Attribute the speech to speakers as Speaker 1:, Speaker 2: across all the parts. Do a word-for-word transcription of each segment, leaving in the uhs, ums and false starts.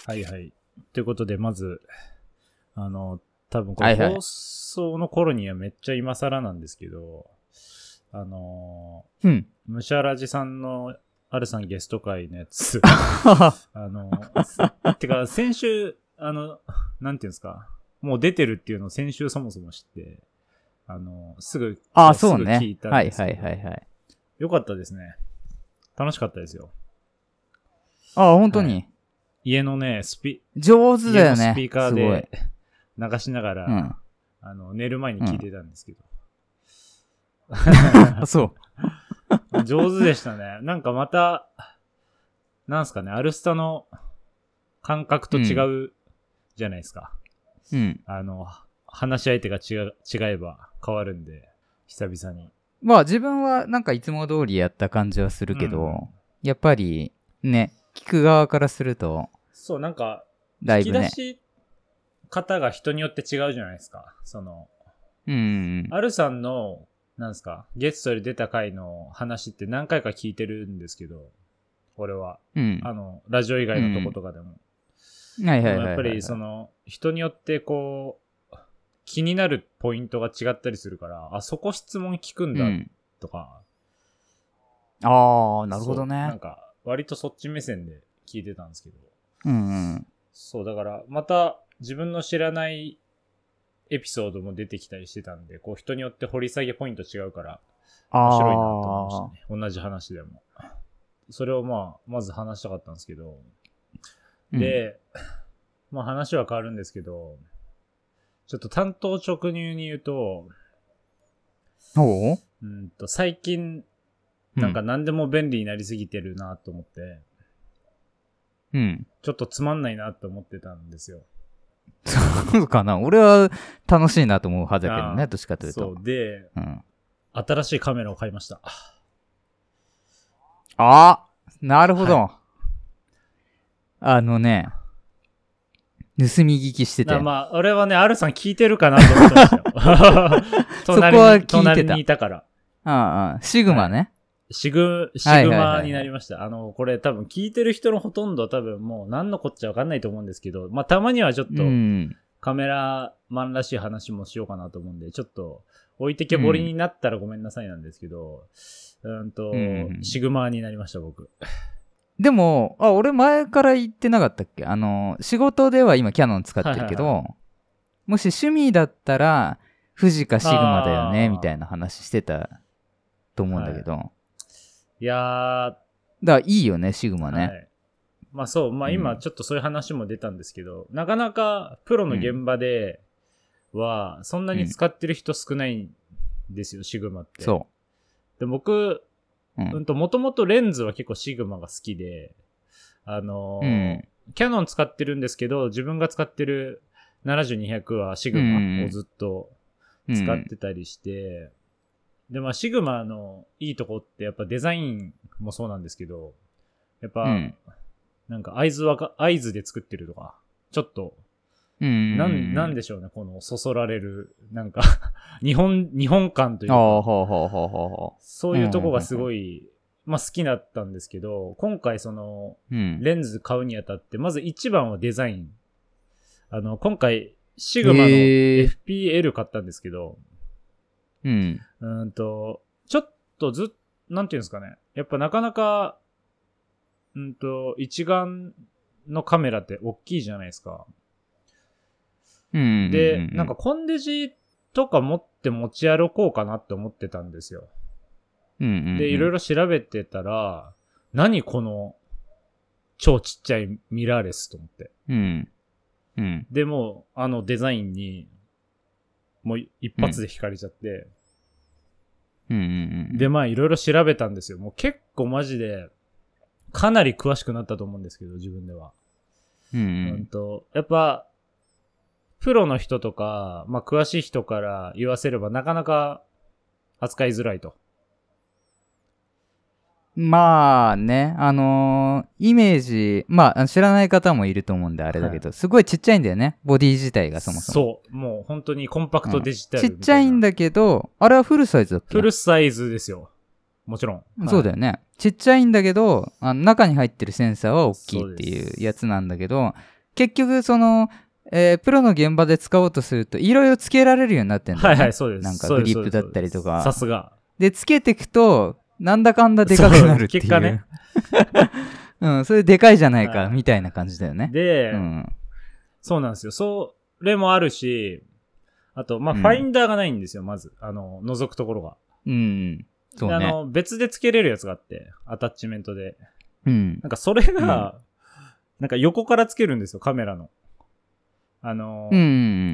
Speaker 1: はいはい。ということで、まず、あの、多分これ放送の頃にはめっちゃ今更なんですけど、あのー、
Speaker 2: うん。
Speaker 1: ムシャラジさんのアルさんゲスト会のやつ、あの、てか先週、あの、なんていうんですか、もう出てるっていうのを先週そもそも知って、あの、すぐ、
Speaker 2: あ、そうね。
Speaker 1: すぐ聞いたんですけど、
Speaker 2: はいはいはいはい。
Speaker 1: よかったですね。楽しかったですよ。
Speaker 2: あ、本当に、はい、
Speaker 1: 家のね、スピ、
Speaker 2: 上手だよね。
Speaker 1: 家のスピーカーで流しながら、
Speaker 2: うん、
Speaker 1: あの、寝る前に聞いてたんですけど。
Speaker 2: うん、そう。
Speaker 1: 上手でしたね。なんかまた、なんすかね、アルスタの感覚と違うじゃないですか。
Speaker 2: うん。
Speaker 1: あの、話し相手が違違えば変わるんで、久々に。
Speaker 2: まあ自分はなんかいつも通りやった感じはするけど、うん、やっぱりね、聞く側からすると、
Speaker 1: そう、なんか、
Speaker 2: だいぶね、
Speaker 1: 引き出し方が人によって違うじゃないですか。その、
Speaker 2: うん。
Speaker 1: アルさんの、なんですか、ゲストで出た回の話って何回か聞いてるんですけど、俺は。
Speaker 2: うん。
Speaker 1: あの、ラジオ以外のとことかでも。
Speaker 2: うん、はいはいはい、はい。
Speaker 1: やっぱりその、人によってこう、気になるポイントが違ったりするから、あ、そこ質問聞くんだ、とか。
Speaker 2: うん、ああ、なるほどね。
Speaker 1: なんか、割とそっち目線で聞いてたんですけど。
Speaker 2: うんうん。
Speaker 1: そう、だから、また自分の知らないエピソードも出てきたりしてたんで、こう人によって掘り下げポイント違うから、面白いなと思いましたね。同じ話でも。それをまあ、まず話したかったんですけど。で、うん、まあ話は変わるんですけど、ちょっと単刀直入に言うと、
Speaker 2: おう？
Speaker 1: うんと、最近、なんか何でも便利になりすぎてるなと思って、
Speaker 2: うん。
Speaker 1: ちょっとつまんないなと思ってたんですよ。
Speaker 2: そうかな。俺は楽しいなと思うはずだけどね、どっちかというと。
Speaker 1: そうで、
Speaker 2: うん、新
Speaker 1: しいカメラを買いました。
Speaker 2: あ、なるほど。
Speaker 1: はい、
Speaker 2: あのね、盗み聞きしてて。
Speaker 1: まあ、俺はね、R さん聞いてるかなと思ってましたよ。
Speaker 2: そこは聞いてた。
Speaker 1: 隣にいたから。
Speaker 2: ああ、シグマね。はい、
Speaker 1: シグ、シグマになりました。あの、これ多分聞いてる人のほとんど多分もう何のこっちゃわかんないと思うんですけど、まあたまにはちょっとカメラマンらしい話もしようかなと思うんで、ちょっと置いてけぼりになったらごめんなさいなんですけど、うん、うんと、うん、シグマになりました僕。
Speaker 2: でも、あ、俺前から言ってなかったっけ？あの、仕事では今キヤノン使ってるけど、はいはいはい、もし趣味だったら、富士かシグマだよね、みたいな話してたと思うんだけど。はい、
Speaker 1: いやー。
Speaker 2: だからいいよね、シグマね。はい、
Speaker 1: まあそう、まあ今ちょっとそういう話も出たんですけど、うん、なかなかプロの現場では、そんなに使ってる人少ないんですよ、うん、シグマって。
Speaker 2: そう。
Speaker 1: で、僕、うんと、もともとレンズは結構シグマが好きで、あのー、うん、キャノン使ってるんですけど、自分が使ってるななじゅうにひゃくはシグマをずっと使ってたりして、うん、で、まあシグマのいいとこってやっぱデザインもそうなんですけど、やっぱ、うん、なんか合図はか、合図で作ってるとか、ちょっと、
Speaker 2: うん、
Speaker 1: なん、なんでしょうね、このそそられる、なんか日本、日本感というか、
Speaker 2: ほうほうほうほうほう、
Speaker 1: そういうとこがすごい、まあ好きだったんですけど、今回その、うん、レンズ買うにあたって、まず一番はデザイン。あの、今回、シグマの エフピーエル 買ったんですけど、
Speaker 2: うん。
Speaker 1: うんと、ちょっとずっ、なんていうんですかね。やっぱなかなか、うんと、一眼のカメラって大きいじゃないですか。
Speaker 2: うん。
Speaker 1: で、なんかコンデジとか持って持ち歩こうかなって思ってたんですよ。
Speaker 2: うんうんうん、
Speaker 1: で、いろいろ調べてたら、何この超ちっちゃいミラーレスと思って。
Speaker 2: うん。うん。
Speaker 1: でも、あのデザインに、もう一発で惹かれちゃって。
Speaker 2: うんうんうん、
Speaker 1: で、まあいろいろ調べたんですよ。もう結構マジで、かなり詳しくなったと思うんですけど、自分では。
Speaker 2: うん、うん。
Speaker 1: うんと、やっぱ、プロの人とか、まあ詳しい人から言わせればなかなか扱いづらいと。
Speaker 2: まあね、あのー、イメージ、まあ知らない方もいると思うんであれだけど、はい、すごいちっちゃいんだよね、ボディ自体がそもそも。
Speaker 1: そう、もう本当にコンパクトデジタルみたいな、
Speaker 2: うん、ちっちゃいんだけど、あれはフルサイズだっけ？
Speaker 1: フルサイズですよ。もちろん。
Speaker 2: そうだよね。はい、ちっちゃいんだけど、あの中に入ってるセンサーは大きいっていうやつなんだけど、 結局その、えー、プロの現場で使おうとするといろいろつけられるようになってんだよね。
Speaker 1: はいはい、そうです。
Speaker 2: なんかグリップだったりとか。
Speaker 1: さすが。
Speaker 2: で、つけていくと、なんだかんだでかくなるっていう。
Speaker 1: 結果ね。
Speaker 2: うん、それでかいじゃないか、
Speaker 1: はい
Speaker 2: みたいな感じだよね。
Speaker 1: で、
Speaker 2: うん、そう
Speaker 1: なんですよ。それもあるし、あと、まあ、ファインダーがないんですよ、まず。あの、覗くところが。
Speaker 2: うん。そうね。
Speaker 1: あの、別でつけれるやつがあって、アタッチメントで。
Speaker 2: うん。
Speaker 1: なんかそれが、うん、なんか横からつけるんですよ、カメラの。あの、
Speaker 2: うん、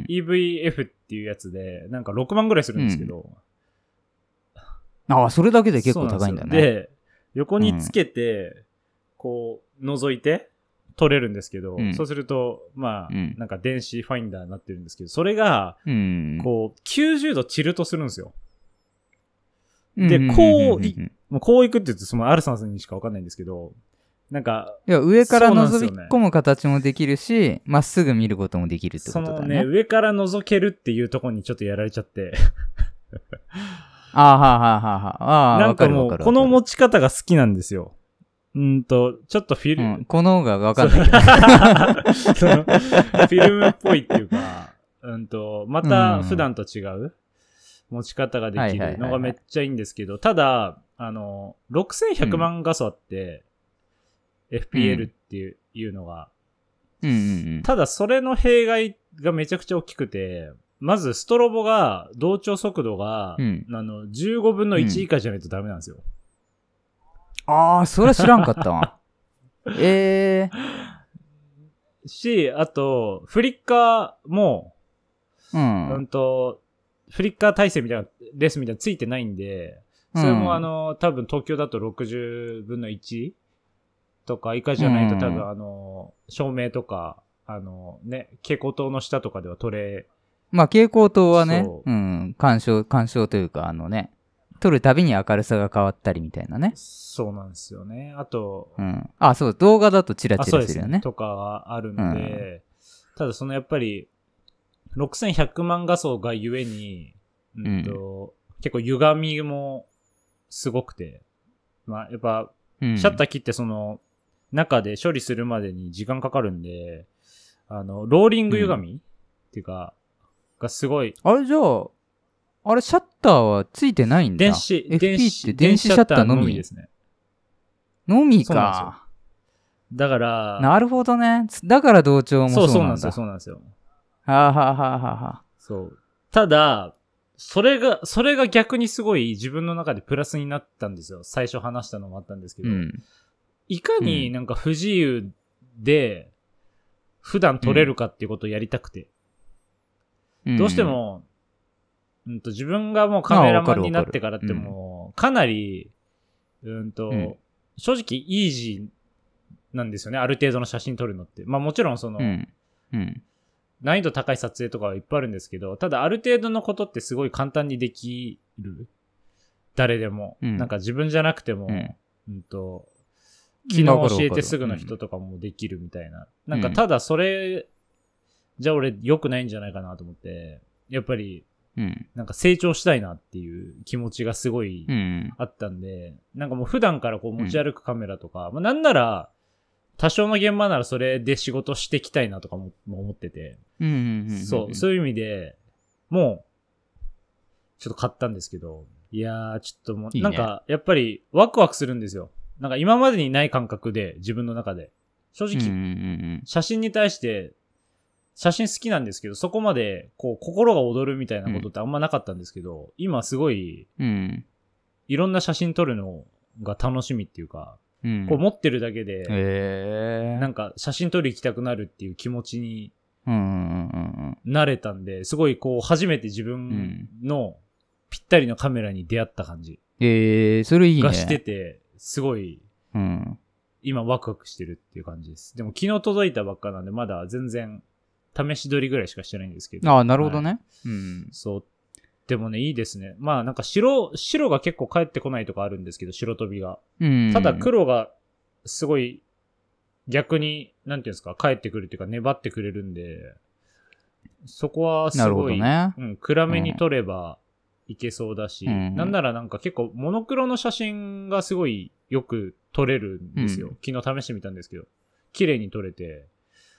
Speaker 1: イーブイエフ っていうやつで、なんかろくまんぐらいするんですけど。
Speaker 2: うん、ああ、それだけで結構高いんだね。
Speaker 1: で、で横につけて、うん、こう、覗いて撮れるんですけど、うん、そうすると、まあ、うん、なんか電子ファインダーになってるんですけど、それが、こう、きゅうじゅうどチルトするんですよ。で、こう、いこういくって言うと、そのアルサンさんにしかわかんないんですけど、なんか、
Speaker 2: いや、上から覗き込む形もできるし、ま、っすぐ見ることもできるってことだね。
Speaker 1: そのね、上から覗けるっていうところにちょっとやられちゃって。
Speaker 2: ああ、はあ、はあ、はあ、ああ、
Speaker 1: なんかもう、この持ち方が好きなんですよ。うんと、ちょっとフィルム、うん、
Speaker 2: この方がわかんないけど。
Speaker 1: そのフィルムっぽいっていうか、うんと、また普段と違う持ち方ができるのがめっちゃいいんですけど、ただ、あの、ろくせんひゃくまん画素あって、うん、エフピーエル っていう,、いうのが、
Speaker 2: うんうんうん。
Speaker 1: ただそれの弊害がめちゃくちゃ大きくて、まずストロボが、同調速度が、うん、あの、じゅうごぶんのいち以下じゃないとダメなんですよ。
Speaker 2: うん、ああ、それ知らんかったわ。ええ
Speaker 1: ー。し、あと、フリッカーも、
Speaker 2: うん。
Speaker 1: うんと、フリッカー体制みたいな、レースみたいなのついてないんで、それもあの、多分東京だとろくじゅうぶんのいちとか以下じゃないと多分あの、照明とか、あのね、蛍光灯の下とかでは撮れ、
Speaker 2: まあ蛍光灯はね、うん、干渉、干渉というかあのね、撮るたびに明るさが変わったりみたいなね。
Speaker 1: そうなんですよね。あと、
Speaker 2: うん。あ、そう、動画だとチラチラするよね。
Speaker 1: ねとかがあるので、うん、ただそのやっぱり、ろくせんひゃくまん画素がゆえに、うんとうん、結構歪みもすごくて、まあやっぱ、シャッター切ってその、中で処理するまでに時間かかるんで、あの、ローリング歪み、うん、っていうか、がすごい。
Speaker 2: あれじゃあ、あれシャッターはついてないんだ。
Speaker 1: 電子、
Speaker 2: エフピー って電子シャッターのみ
Speaker 1: ですね。
Speaker 2: のみか。
Speaker 1: だから、
Speaker 2: なるほどね。だから同調もそうなんだ。
Speaker 1: そうそうなんですよ、そうなんですよ。
Speaker 2: はあ、はあはあはあ、
Speaker 1: そう。ただ、それが、それが逆にすごい自分の中でプラスになったんですよ。最初話したのもあったんですけど。うん、いかになんか不自由で普段撮れるかっていうことをやりたくて。うん、どうしても、うんと、自分がもうカメラマンになってからってもう、かなり、うんと、うん、正直イージーなんですよね。ある程度の写真撮るのって。まあもちろんその、
Speaker 2: うんうん、
Speaker 1: 難易度高い撮影とかはいっぱいあるんですけど、ただある程度のことってすごい簡単にできる。誰でも。うん、なんか自分じゃなくても、うんうんと昨日教えてすぐの人とかもできるみたいな。なんかただそれ、じゃあ俺良くないんじゃないかなと思って、やっぱり、なんか成長したいなっていう気持ちがすごいあったんで、なんかもう普段からこう持ち歩くカメラとか、まあなんなら、多少の現場ならそれで仕事していきたいなとかも思ってて、そう、そういう意味でもう、ちょっと買ったんですけど、いやーちょっともう、なんかやっぱりワクワクするんですよ。なんか今までにない感覚で自分の中で。正直、写真に対して写真好きなんですけど、そこまでこう心が躍るみたいなことってあんまなかったんですけど、今すごい、いろんな写真撮るのが楽しみっていうか、うん、こう持ってるだけで、
Speaker 2: えー、
Speaker 1: なんか写真撮り行きたくなるっていう気持ちになれたんで、すごいこう初めて自分のぴったりのカメラに出会った感じ。
Speaker 2: えー、それいいね。
Speaker 1: がしてて、すごい、
Speaker 2: うん、
Speaker 1: 今ワクワクしてるっていう感じです。でも昨日届いたばっかなんで、まだ全然試し撮りぐらいしかしてないんですけど。
Speaker 2: ああ、なるほどね、
Speaker 1: はい。
Speaker 2: うん。
Speaker 1: そう。でもね、いいですね。まあなんか白、白が結構返ってこないとかあるんですけど、白飛びが。
Speaker 2: うん。
Speaker 1: ただ黒がすごい逆に、なんていうんですか、返ってくるっていうか粘ってくれるんで、そこはすごい、
Speaker 2: なるほどね。
Speaker 1: うん、暗めに撮ればいけそうだし、うん、なんならなんか結構モノクロの写真がすごいよく撮れるんですよ。うん、昨日試してみたんですけど、綺麗に撮れて、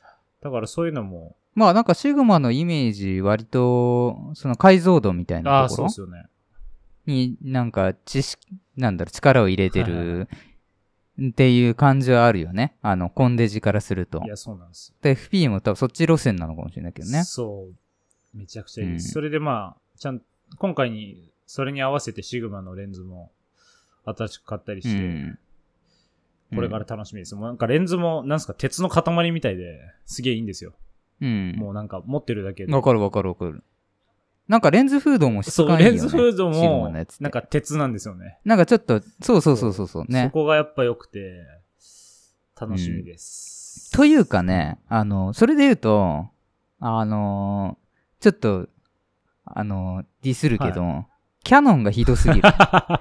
Speaker 1: だからそういうのも。
Speaker 2: まあなんかシグマのイメージ割と、その解像度みたいなところになんか知識、なんだろう、力を入れてるっていう感じはあるよね。あの、コンデジからすると。
Speaker 1: いや、そうなんです。
Speaker 2: で、エフピー も多分そっち路線なのかもしれないけどね。
Speaker 1: そう。めちゃくちゃいいです。うん、それでまあ、ちゃん、今回に、それに合わせてシグマのレンズも新しく買ったりして、うん、これから楽しみです。もうなんかレンズも、なんすか、鉄の塊みたいですげえいいんですよ。うん。もうなんか持ってるだけで。
Speaker 2: わかるわかるわかる。なんかレンズフードも質感いいよね。
Speaker 1: そう、レンズフードも、なんか鉄なんですよね。
Speaker 2: なんかちょっと、そうそうそうそうそうね。
Speaker 1: そこがやっぱ良くて、楽しみです、
Speaker 2: うん。というかね、あの、それで言うと、あの、ちょっと、あの、ディスるけど、はい、キャノンがひどすぎる。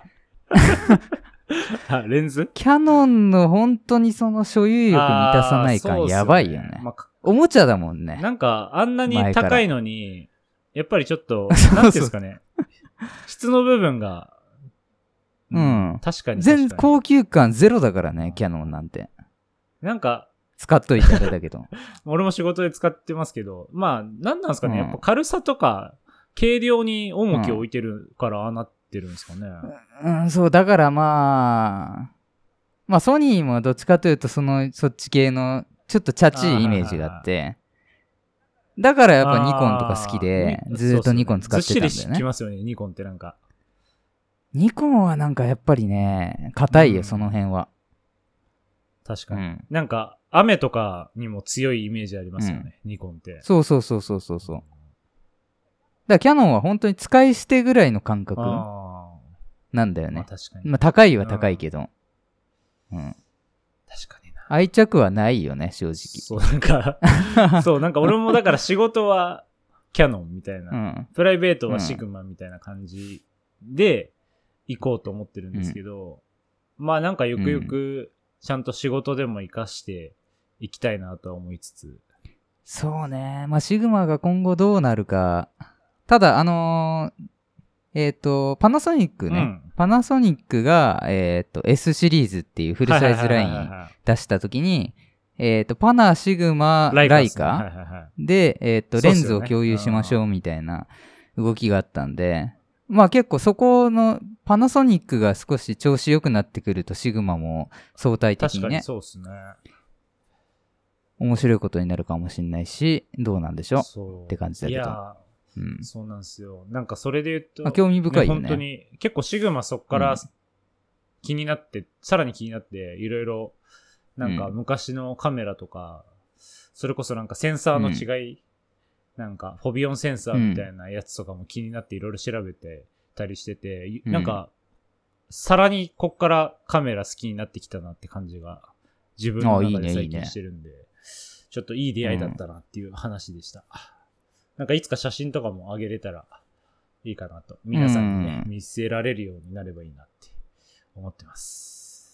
Speaker 1: あ、レンズ？
Speaker 2: キャノンの本当にその所有欲満たさない感やばいよね。まあ、おもちゃだもんね。
Speaker 1: なんか、あんなに高いのに、やっぱりちょっと、なんていうんですかね。質の部分が、
Speaker 2: うん。
Speaker 1: うん、確かに確かに。
Speaker 2: 全高級感ゼロだからね、キャノンなんて。
Speaker 1: なんか、
Speaker 2: 使っといてあれだけど。
Speaker 1: 俺も仕事で使ってますけど、まあ、なんなんですかね、うん、やっぱ軽さとか、軽量に重きを置いてるから、ああなってるんですかね。
Speaker 2: うん、うん、そう、だからまあ、まあソニーもどっちかというと、その、そっち系の、ちょっとチャチいイメージがあって、だからやっぱニコンとか好きで、ずーっとニコン使ってたんだよね。
Speaker 1: ずっしりきますよね、ニコンってなんか。
Speaker 2: ニコンはなんかやっぱりね、硬いよ、うん、その辺は。
Speaker 1: 確かに、うん。なんか、雨とかにも強いイメージありますよね、うん、ニコンって。
Speaker 2: そうそうそうそうそうそう。だからキャノンは本当に使い捨てぐらいの感覚なんだよね。まあ確かに。まあ高いは高いけど。うん。
Speaker 1: 確かにな。
Speaker 2: 愛着はないよね、正直。
Speaker 1: そう、なんか、そう、なんか俺もだから仕事はキャノンみたいな、うん、プライベートはシグマみたいな感じで行こうと思ってるんですけど、うん、まあなんかゆくゆくちゃんと仕事でも活かしていきたいなとは思いつつ。
Speaker 2: そうね。まあシグマが今後どうなるか。ただ、あのー、えっ、ー、と、パナソニックね。うん、パナソニックが、えっ、ー、と、S シリーズっていうフルサイズライン出したときに、えっ、ー、と、パナ、シグマ、ライカ、ライカ、はいはいはい、で、えっ、と、レンズを共有しましょうみたいな動きがあったんで、まあ結構そこのパナソニックが少し調子良くなってくるとシグマも相対的にね。
Speaker 1: 確かにそうですね。
Speaker 2: 面白いことになるかもしれないし、どうなんでしょうって感じだけど。
Speaker 1: いやうん、そうなんですよ。なんかそれで言うと、
Speaker 2: まあ、興味深いよね。
Speaker 1: ね本当に結構シグマそっから気になって、うん、さらに気になっていろいろなんか昔のカメラとか、うん、それこそなんかセンサーの違い、うん、なんかフォビオンセンサーみたいなやつとかも気になっていろいろ調べてたりしてて、うん、なんかさらにこっからカメラ好きになってきたなって感じが自分の中で最近してるんで、いいねいいね、ちょっといい出会いだったなっていう話でした。うんなんかいつか写真とかも上げれたらいいかなと。皆さんにね、見せられるようになればいいなって思ってます。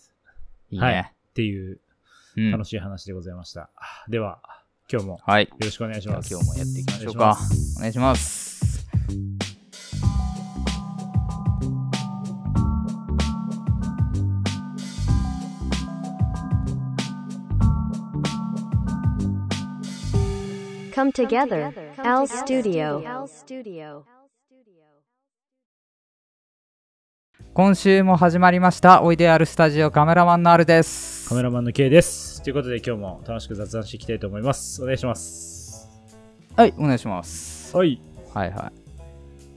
Speaker 2: いいね。
Speaker 1: はい。っていう楽しい話でございました。うん、では、今日もよろしくお願いします。
Speaker 2: はい、今日もやっていきましょうか。お願いします。
Speaker 3: Come together, Al Studio.
Speaker 2: 今週も始まりました。おいであるスタジオカメラマンのあるです。
Speaker 1: カメラマンの K です。ということで今日も楽しく雑談していきたいと思います。お願いします。
Speaker 2: はい、お願いします。
Speaker 1: はい。
Speaker 2: はいはい。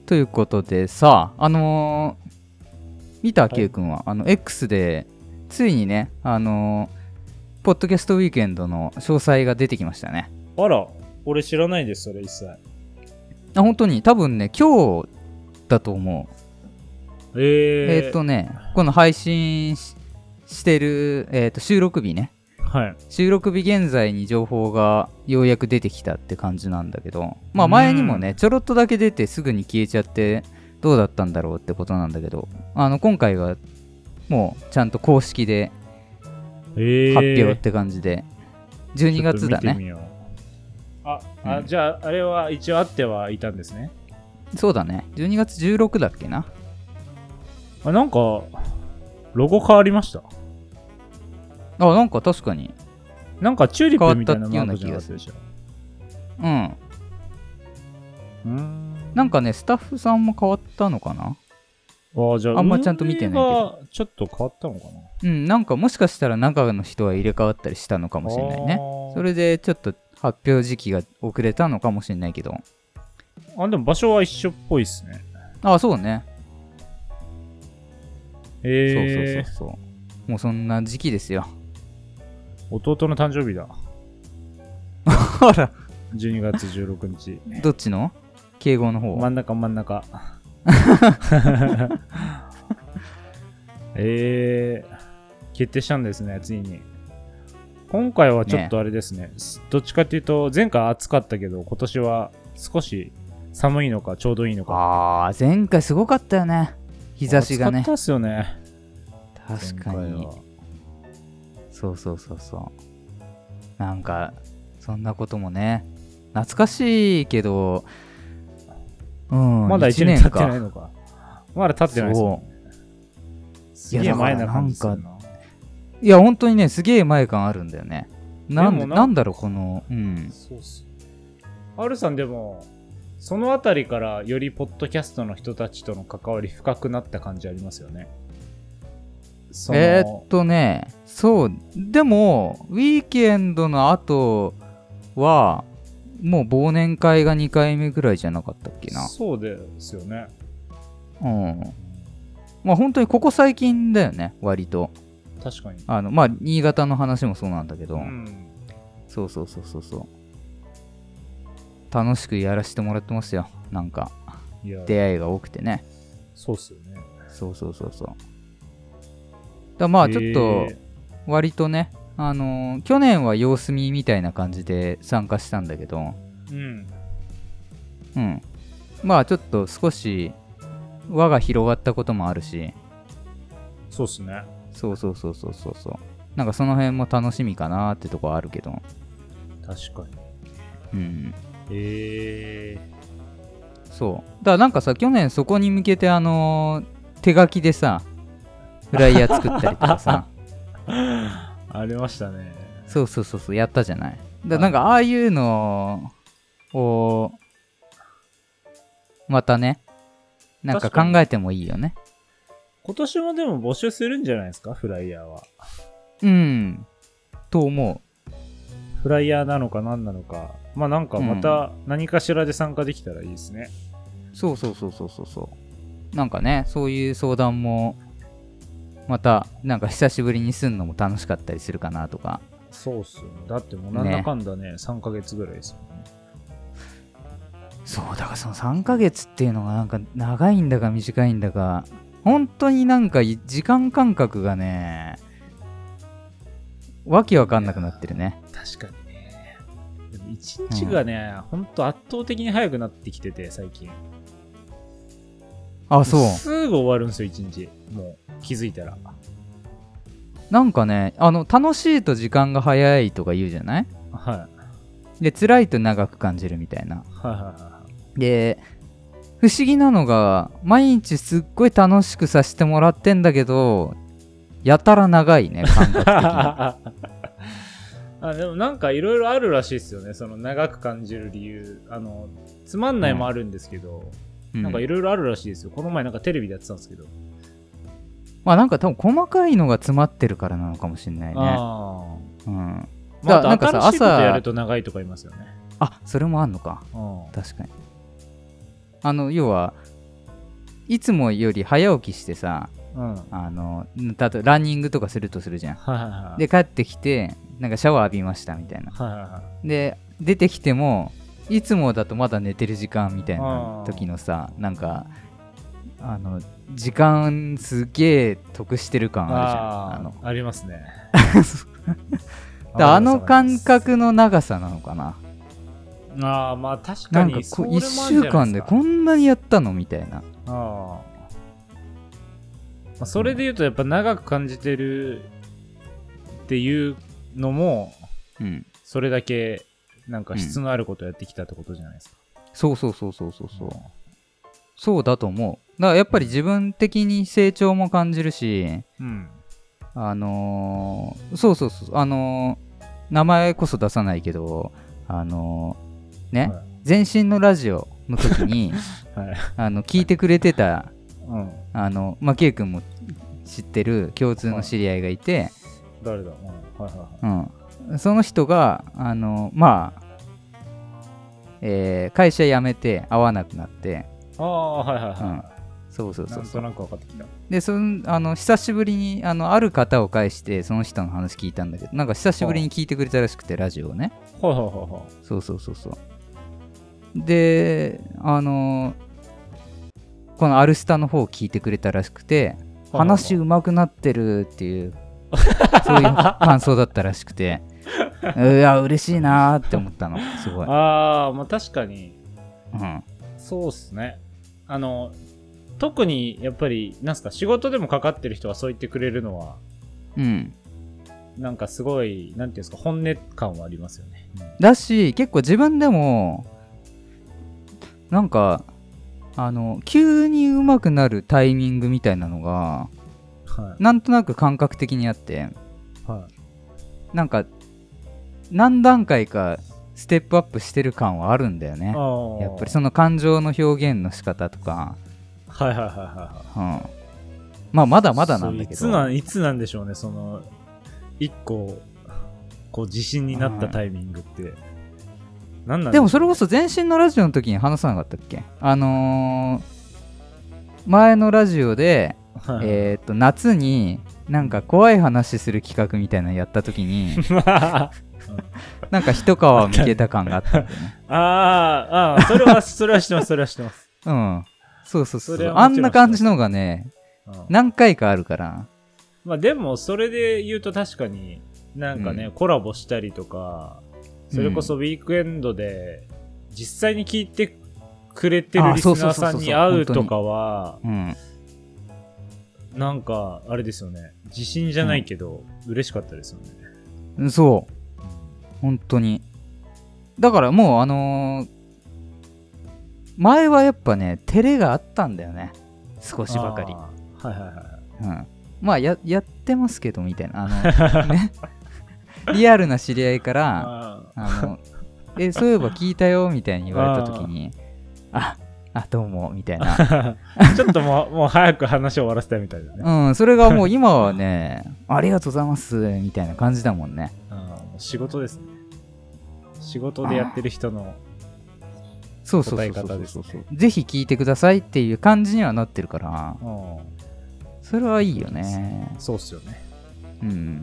Speaker 2: ということでさ、あのー、見た K 君は、はい、あの X でついにね、あのー、ポッドキャストウィークエンドの詳細が出てきましたね。
Speaker 1: あら。俺知らないです、それ一切。
Speaker 2: あ、本当に多分ね、今日だと思
Speaker 1: う。えー、
Speaker 2: えーっとね、この配信 し, してる、えー、っと収録日ね。
Speaker 1: はい。
Speaker 2: 収録日現在に情報がようやく出てきたって感じなんだけど、まあ前にもね、ちょろっとだけ出てすぐに消えちゃってどうだったんだろうってことなんだけど、あの今回はもうちゃんと公式で発表って感じで、えー、じゅうにがつだね。
Speaker 1: あ、あ、うん、じゃああれは一応あってはいたんですね。
Speaker 2: そうだね。じゅうにがつじゅうろくだっけな。
Speaker 1: あ、なんかロゴ変わりました。
Speaker 2: あ、なんか確かに
Speaker 1: なんかチューリップみたいなマークじゃなかったでしょ。
Speaker 2: うん
Speaker 1: うーん。
Speaker 2: なんかねスタッフさんも変わったのかな。
Speaker 1: ああ、じゃあ、
Speaker 2: あんまちゃんと見てないけど
Speaker 1: 運営がちょっと変わったのかな。
Speaker 2: うんなんかもしかしたら中の人は入れ替わったりしたのかもしれないね。
Speaker 1: あー
Speaker 2: それでちょっと発表時期が遅れたのかもしれないけど。
Speaker 1: あ、でも場所は一緒っぽいっすね。
Speaker 2: あそうね、
Speaker 1: えー、
Speaker 2: そうそうそうそうもうそんな時期ですよ。
Speaker 1: 弟の誕生日だ。
Speaker 2: あら
Speaker 1: じゅうにがつじゅうろくにち。
Speaker 2: どっちの敬語の方。
Speaker 1: 真ん中真ん中。えー、決定したんですね、ついに。今回はちょっとあれですね。どっちかっていうと、前回暑かったけど、今年は少し寒いのか、ちょうどいいのか。
Speaker 2: あー前回すごかったよね、日差しがね。
Speaker 1: 暑かったっすよね。
Speaker 2: 確かに。そうそうそうそう。なんかそんなこともね懐かしいけど、うん
Speaker 1: まだいちねん経ってないのか。まだ経ってないですよ、ね。すげえ前な感じするな。
Speaker 2: いや本当にねすげえ前感あるんだよね。なんで
Speaker 1: でもな
Speaker 2: なんだろうこのうん
Speaker 1: そうっす。R さんでもそのあたりからよりポッドキャストの人たちとの関わり深くなった感じありますよね。その
Speaker 2: えー、っとねそうでもウィークエンドの後はもう忘年会がにかいめぐらいじゃなかったっけな。
Speaker 1: そうですよね。
Speaker 2: うんまあ本当にここ最近だよね割と。
Speaker 1: 確かに。
Speaker 2: あのまあ新潟の話もそうなんだけど、
Speaker 1: うん、
Speaker 2: そうそうそうそうそう楽しくやらせてもらってますよ。なんか
Speaker 1: いや
Speaker 2: 出会いが多くてね。
Speaker 1: そうっすよね。
Speaker 2: そうそうそうそうだまあちょっと
Speaker 1: え
Speaker 2: 割とね、あのー去年は様子見みたいな感じで参加したんだけど、
Speaker 1: ー、うん。
Speaker 2: うんまあちょっと少し輪が広がったこともあるし、
Speaker 1: そうっすね。
Speaker 2: そうそうそうそうそうそうなんかその辺も楽しみかなってとこあるけど、
Speaker 1: 確かに。
Speaker 2: うん
Speaker 1: え
Speaker 2: そうだからなんかさ去年そこに向けてあのー手書きでさフライヤー作ったりとかさ
Speaker 1: ー、ありましたね。
Speaker 2: そうそうそうそうやったじゃない。だからなんかああいうのをまたねなんか考えてもいいよね。
Speaker 1: 今年もでも募集するんじゃないですか、フライヤーは。
Speaker 2: うんと思
Speaker 1: フライヤーなのか何なのか。まあなんかまた何かしらで参加できたらいいですね。
Speaker 2: う。そうそうそうそうそうそうなんかねそういう相談もまたなんか久しぶりにすんのも楽しかったりするかなとか。
Speaker 1: そうっすよね。だってもうなんだかんだね、さんかげつぐらいですよね。
Speaker 2: そうだからそのさんかげつっていうのがなんか長いんだか短いんだか本当になんか時間感覚がねわけわかんなくなってるね。
Speaker 1: 確かにね。でも一日がね、ほんと圧倒的に早くなってきてて、最近。
Speaker 2: あそう
Speaker 1: すぐ終わるんですよ、一日。もう気づいたら。
Speaker 2: なんかねあの楽しいと時間が早いとか言うじゃない。
Speaker 1: はい。
Speaker 2: で辛いと長く感じるみたいな。
Speaker 1: はいはいは
Speaker 2: で不思議なのが毎日すっごい楽しくさせてもらってんだけどやたら長いね感覚的に。
Speaker 1: あ、でもなんかいろいろあるらしいですよね、その長く感じる理由。あのつまんないもあるんですけど、
Speaker 2: うん、
Speaker 1: なんかいろいろあるらしいですよ。この前なんかテレビでやってたんですけど。
Speaker 2: まあなんか多分細かいのが詰まってるからなのかもしれないね。
Speaker 1: あ
Speaker 2: うん。
Speaker 1: あ。
Speaker 2: だ
Speaker 1: まあ、
Speaker 2: なんかさ
Speaker 1: 新しいこと
Speaker 2: 朝
Speaker 1: やると長いとか言いますよね。
Speaker 2: あそれもあんのか。
Speaker 1: うん。
Speaker 2: 確かに。あの要はいつもより早起きしてさ、
Speaker 1: うん。はい
Speaker 2: あの例えばランニングとかするとするじゃん。
Speaker 1: はいはい。
Speaker 2: で帰ってきてなんかシャワー浴びましたみたいな。
Speaker 1: はいはいは
Speaker 2: で出てきてもいつもだとまだ寝てる時間みたいな時のさなんかあの時間すげえ得してる感
Speaker 1: い。
Speaker 2: あるじゃん。
Speaker 1: あ
Speaker 2: あの
Speaker 1: あ、ありますね。
Speaker 2: だあの感覚の長さなのかな。
Speaker 1: ああ、まあ確かに
Speaker 2: なんかこういっしゅうかんでこんなにやったのみたいな。
Speaker 1: ああ、まあ、それで言うとやっぱ長く感じてるっていうのも、
Speaker 2: うん、
Speaker 1: それだけなんか質のあることをやってきたってことじゃないですか。
Speaker 2: そうそうそうそうそうそう、そうだと思う。だからやっぱり自分的に成長も感じるし、
Speaker 1: うん、
Speaker 2: あのー、そうそうそうあのー、名前こそ出さないけどあのー、 ね、
Speaker 1: はい、
Speaker 2: 前身のラジオの時に、
Speaker 1: はい、
Speaker 2: あの聞いてくれてた、
Speaker 1: うん、
Speaker 2: あのまあ K 君も知ってる共通の知り合いがいて、
Speaker 1: 誰だ、うん、はいはい
Speaker 2: はい、うん、その人があのまあ、えー、会社辞めて会わなくなって、
Speaker 1: ああはいはいはい、うん、
Speaker 2: そうそうそうそう、
Speaker 1: なんとなく分かってきた。
Speaker 2: でそのあの久しぶりにあのある方を介してその人の話聞いたんだけど、なんか久しぶりに聞いてくれたらしくて、ラジオをね。
Speaker 1: はいはいはいはい。
Speaker 2: そうそうそうそう。であのこのアルスタの方を聞いてくれたらしくて、話うまくなってるっていうそういう感想だったらしくていや嬉しいなーって思ったの、すごい。
Speaker 1: ああまあ確かに、
Speaker 2: うん、
Speaker 1: そうっすね。あの特にやっぱりなんすか、仕事でもかかってる人がそう言ってくれるのは、
Speaker 2: うん、
Speaker 1: なんかすごいなんていうんですか、本音感はありますよね。
Speaker 2: うん、だし結構自分でもなんかあの急に上手くなるタイミングみたいなのが、はい、なんとなく感覚的にあって、はい、なんか何段階かステップアップしてる感はあるんだよね。やっぱりその感情の表現の仕方とか、はいはいはいはい、うん、まあまだまだなんだけど、いつな、
Speaker 1: いつなんでしょうね、その一個こう自信になったタイミングって、うん、なんなんでしょうね。
Speaker 2: でもそれこそ前身のラジオの時に話さなかったっけ、あのー、前のラジオで、はい、えー、っと夏になんか怖い話する企画みたいなのやった時になんか一皮むけた感があったんだよね
Speaker 1: ああ、それはそれは知ってます、それは知ってます。
Speaker 2: うん、そうそうそう、あんな感じのがね、うん、何回かあるから。
Speaker 1: まあでもそれで言うと確かになんかね、うん、コラボしたりとか、それこそウィークエンドで実際に聞いてくれてるリスナーさんに会うとかは、なんかあれですよね、自信じゃないけど、うん、嬉しかったですよ
Speaker 2: ね。そう、本当に。だからもうあのー、前はやっぱね照れがあったんだよね、少しばかり。はいはいはい、うん、まあ や, やってますけどみたいな、あのねリアルな知り合いからあのえそういえば聞いたよみたいに言われた時に、ああどうもみたいな
Speaker 1: ちょっともうもう早く話を終わらせたいみたいなね。
Speaker 2: うん、それがもう今はねありがとうございますみたいな感じだもんね。
Speaker 1: あ仕事ですね。仕事でやってる人の
Speaker 2: 答え方ですね。ぜひ聞いてくださいっていう感じにはなってるから、それはいいよね。
Speaker 1: そうっすよね。
Speaker 2: うん。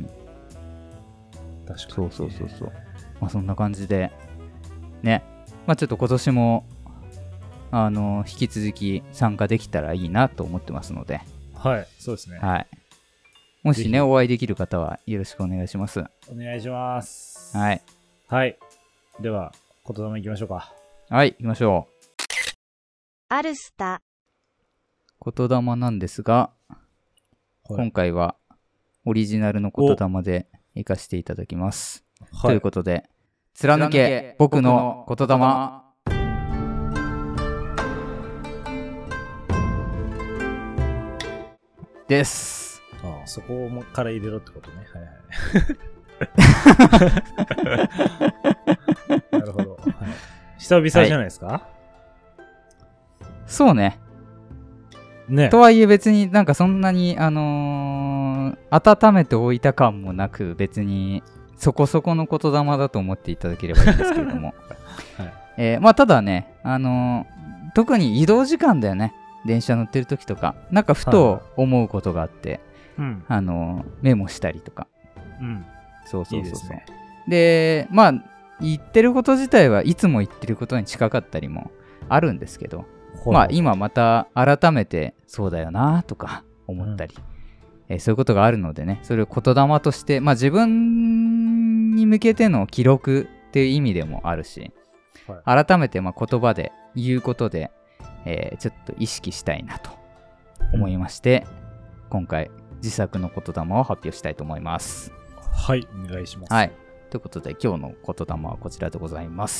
Speaker 1: 確かに。
Speaker 2: そうそうそうそう。まあそんな感じでね、まあちょっと今年もあの引き続き参加できたらいいなと思ってますので。
Speaker 1: はい、そうですね。
Speaker 2: はい。もしねお会いできる方はよろしくお願いします。
Speaker 1: お願いします。
Speaker 2: はい。
Speaker 1: はい。では言霊いきましょうか。
Speaker 2: はい、行きましょう。
Speaker 3: アルスタ。
Speaker 2: 言霊なんですが、はい、今回はオリジナルの言霊で行かせていただきます。ということで、貫け僕の言霊です。
Speaker 1: ああ、そこから入れろってことね。はいはい。なるほど。はい、久々じゃないですか、はい、
Speaker 2: そうね。ね。とはいえ別になんかそんなに、あのー、温めておいた感もなく、別にそこそこの言霊だと思っていただければいいんですけれども。はい、えー、まあただね、あのー、特に移動時間だよね。電車乗ってる時とか、なんかふと思うことがあって、はいはい、あのー、メモしたりとか。うん。そうそうそうそう。いいですね。で、まあ、言ってること自体はいつも言ってることに近かったりもあるんですけど、まあ今また改めてそうだよなとか思ったり、うんえー、そういうことがあるのでね、それを言霊として、まあ自分に向けての記録っていう意味でもあるし、はい、改めてまあ言葉で言うことで、えー、ちょっと意識したいなと思いまして、うん、今回自作の言霊を発表したいと思います。
Speaker 1: はい、お願いします。
Speaker 2: はい。ということで今日の言霊はこちらでございます。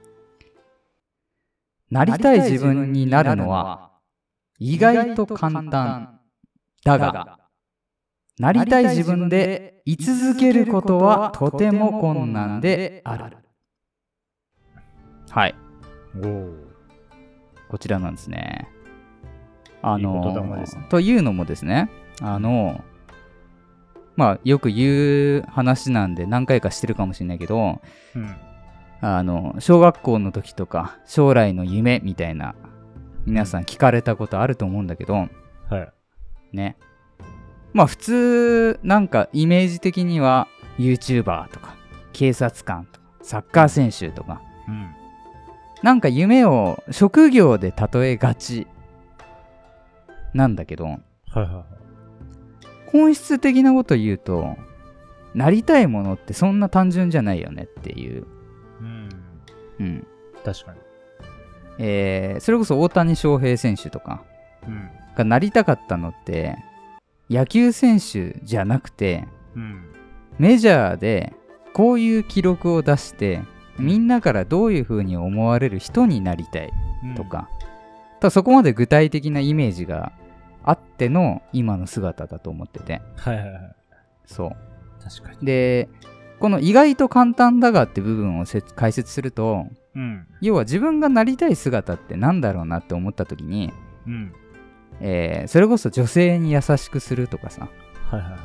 Speaker 2: なりたい自分になるのは意外と簡単だが、なりたい自分で居続けることはとても困難である。 はい。
Speaker 1: おお。
Speaker 2: こちらなんですね。あの
Speaker 1: いい言霊ですね。
Speaker 2: というのもですね、あの、まあ、よく言う話なんで何回かしてるかもしれないけど、
Speaker 1: うん。
Speaker 2: あの、小学校の時とか、将来の夢みたいな、皆さん聞かれたことあると思うんだけど、
Speaker 1: はい。
Speaker 2: ね。まあ、普通、なんかイメージ的には、YouTuber とか、警察官とか、サッカー選手とか、
Speaker 1: うん。
Speaker 2: なんか夢を職業で例えがちなんだけど、
Speaker 1: はいはいはい。
Speaker 2: 本質的なこと言うと、なりたいものってそんな単純じゃないよねっていう。
Speaker 1: うん。
Speaker 2: うん。
Speaker 1: 確かに。
Speaker 2: えー、それこそ大谷翔平選手とか
Speaker 1: うん。
Speaker 2: がなりたかったのって、野球選手じゃなくて、
Speaker 1: うん。
Speaker 2: メジャーでこういう記録を出して、みんなからどういう風に思われる人になりたいとか、ただそこまで具体的なイメージがあっての今の姿だと思ってて。
Speaker 1: はいはいはい。
Speaker 2: そう。
Speaker 1: 確かに。
Speaker 2: で、この意外と簡単だがって部分をせ解説すると、
Speaker 1: うん。
Speaker 2: 要は自分がなりたい姿ってなんだろうなって思った時に、
Speaker 1: うん。
Speaker 2: えーそれこそ女性に優しくするとかさ、
Speaker 1: はいはいはい。